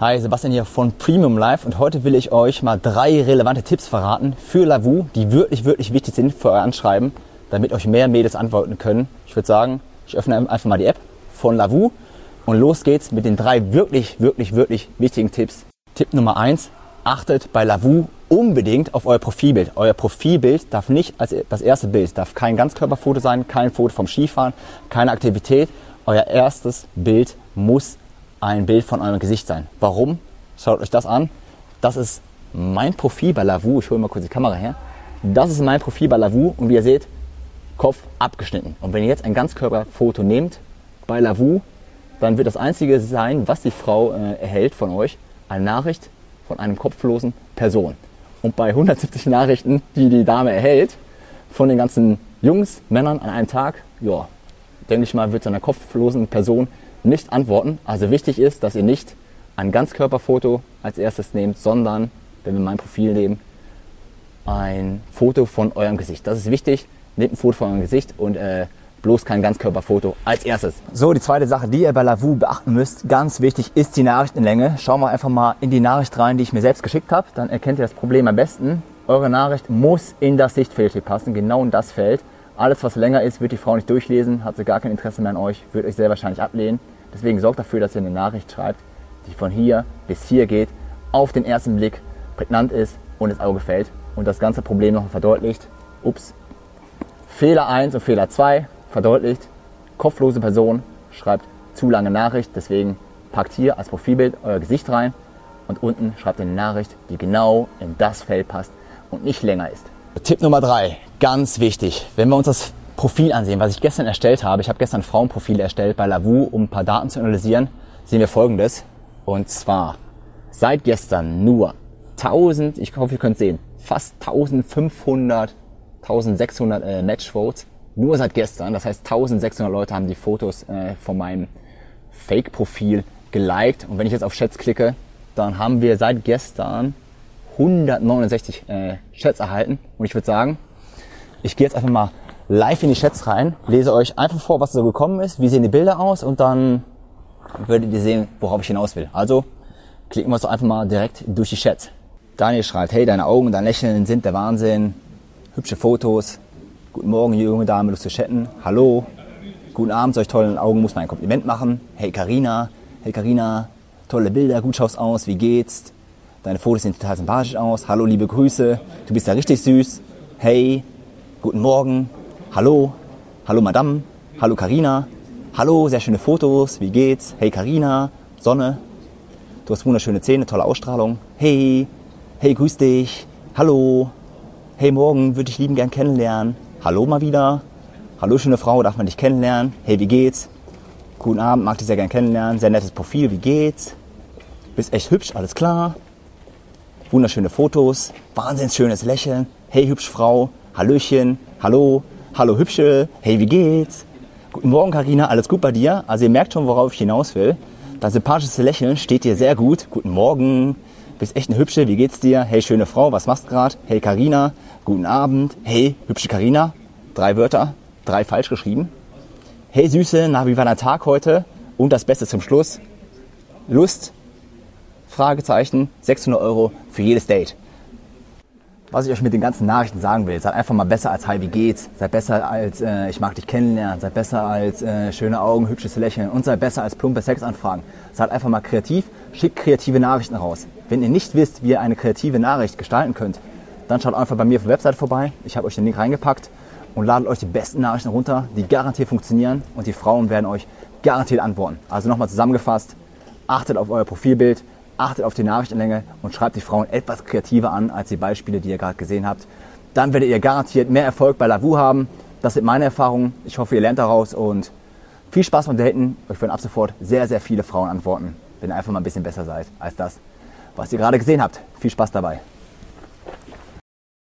Hi, Sebastian hier von Premium Life und heute will ich euch mal 3 relevante Tipps verraten für Lavu, die wirklich wichtig sind für euer Anschreiben, damit euch mehr Mädels antworten können. Ich würde sagen, ich öffne einfach mal die App von Lavu und los geht's mit den 3 wirklich wichtigen Tipps. Tipp Nummer 1, achtet bei Lavu unbedingt auf euer Profilbild. Euer Profilbild darf nicht als das erste Bild, darf kein Ganzkörperfoto sein, kein Foto vom Skifahren, keine Aktivität. Euer erstes Bild muss ein Bild von eurem Gesicht sein. Warum? Schaut euch das an. Das ist mein Profil bei Lavu. Ich hole mal kurz die Kamera her. Das ist mein Profil bei Lavu und wie ihr seht, Kopf abgeschnitten. Und wenn ihr jetzt ein Ganzkörperfoto nehmt bei Lavu, dann wird das einzige sein, was die Frau erhält von euch, eine Nachricht von einem kopflosen Person. Und bei 170 Nachrichten, die die Dame erhält, von den ganzen Jungs, Männern an einem Tag, ja, denke ich mal, wird so einer kopflosen Person nicht antworten. Also wichtig ist, dass ihr nicht ein Ganzkörperfoto als erstes nehmt, sondern, wenn wir mein Profil nehmen, ein Foto von eurem Gesicht. Das ist wichtig. Nehmt ein Foto von eurem Gesicht und bloß kein Ganzkörperfoto als erstes. So, die zweite Sache, die ihr bei Lavu beachten müsst, ganz wichtig, ist die Nachrichtenlänge. Schauen wir einfach mal in die Nachricht rein, die ich mir selbst geschickt habe. Dann erkennt ihr das Problem am besten. Eure Nachricht muss in das Sichtfeld hier passen, genau in das Feld. Alles, was länger ist, wird die Frau nicht durchlesen, hat sie gar kein Interesse mehr an euch, wird euch sehr wahrscheinlich ablehnen. Deswegen sorgt dafür, dass ihr eine Nachricht schreibt, die von hier bis hier geht, auf den ersten Blick prägnant ist und ins Auge fällt und das ganze Problem noch verdeutlicht. Ups. Fehler 1 und Fehler 2 verdeutlicht. Kopflose Person schreibt zu lange Nachricht, deswegen packt hier als Profilbild euer Gesicht rein und unten schreibt eine Nachricht, die genau in das Feld passt und nicht länger ist. Tipp Nummer 3, ganz wichtig, wenn wir uns das Profil ansehen, was ich gestern erstellt habe. Ich habe gestern Frauenprofile erstellt bei Lavu, um ein paar Daten zu analysieren. Sehen wir Folgendes. Und zwar seit gestern nur 1000, ich hoffe, ihr könnt sehen, fast 1500, 1600 Matchvotes. Nur seit gestern. Das heißt, 1600 Leute haben die Fotos von meinem Fake-Profil geliked. Und wenn ich jetzt auf Chats klicke, dann haben wir seit gestern 169 Chats erhalten. Und ich würde sagen, ich gehe jetzt einfach mal live in die Chats rein, lese euch einfach vor, was so gekommen ist, wie sehen die Bilder aus und dann werdet ihr sehen, worauf ich hinaus will. Also klicken wir uns doch einfach mal direkt durch die Chats. Daniel schreibt, hey, deine Augen und dein Lächeln sind der Wahnsinn. Hübsche Fotos. Guten Morgen, junge Dame, Lust zu chatten. Hallo. Guten Abend, solch tollen Augen muss man ein Kompliment machen. Hey Carina, tolle Bilder, gut schaust aus, wie geht's? Deine Fotos sehen total sympathisch aus. Hallo, liebe Grüße. Du bist ja richtig süß. Hey, guten Morgen. Hallo, hallo Madame, hallo Carina, hallo, sehr schöne Fotos, wie geht's? Hey Carina, Sonne, du hast wunderschöne Zähne, tolle Ausstrahlung. Hey, grüß dich, hallo, hey, morgen würde ich lieben gern kennenlernen. Hallo mal wieder, hallo schöne Frau, darf man dich kennenlernen? Hey, wie geht's? Guten Abend, mag dich sehr gern kennenlernen, sehr nettes Profil, wie geht's? Bist echt hübsch, alles klar. Wunderschöne Fotos, wahnsinnig schönes Lächeln. Hey, hübsche Frau, Hallöchen, hallo. Hallo Hübsche, hey, wie geht's? Guten Morgen Carina, alles gut bei dir? Also ihr merkt schon, worauf ich hinaus will. Das sympathischste Lächeln steht dir sehr gut. Guten Morgen, bist echt eine Hübsche, wie geht's dir? Hey, schöne Frau, was machst du gerade? Hey Carina, guten Abend. Hey, hübsche Carina, 3 Wörter, 3 falsch geschrieben. Hey Süße, na, wie war dein Tag heute? Und das Beste zum Schluss, Lust? Fragezeichen, 600 € für jedes Date. Was ich euch mit den ganzen Nachrichten sagen will, seid einfach mal besser als Hi, wie geht's? Seid besser als ich mag dich kennenlernen, seid besser als schöne Augen, hübsches Lächeln und seid besser als plumpe Sexanfragen. Seid einfach mal kreativ, schickt kreative Nachrichten raus. Wenn ihr nicht wisst, wie ihr eine kreative Nachricht gestalten könnt, dann schaut einfach bei mir auf der Website vorbei. Ich habe euch den Link reingepackt und ladet euch die besten Nachrichten runter, die garantiert funktionieren und die Frauen werden euch garantiert antworten. Also nochmal zusammengefasst, achtet auf euer Profilbild, achtet auf die Nachrichtenlänge und schreibt die Frauen etwas kreativer an als die Beispiele, die ihr gerade gesehen habt. Dann werdet ihr garantiert mehr Erfolg bei Lavu haben. Das sind meine Erfahrungen. Ich hoffe, ihr lernt daraus und viel Spaß beim Daten. Euch werden ab sofort sehr viele Frauen antworten, wenn ihr einfach mal ein bisschen besser seid als das, was ihr gerade gesehen habt. Viel Spaß dabei.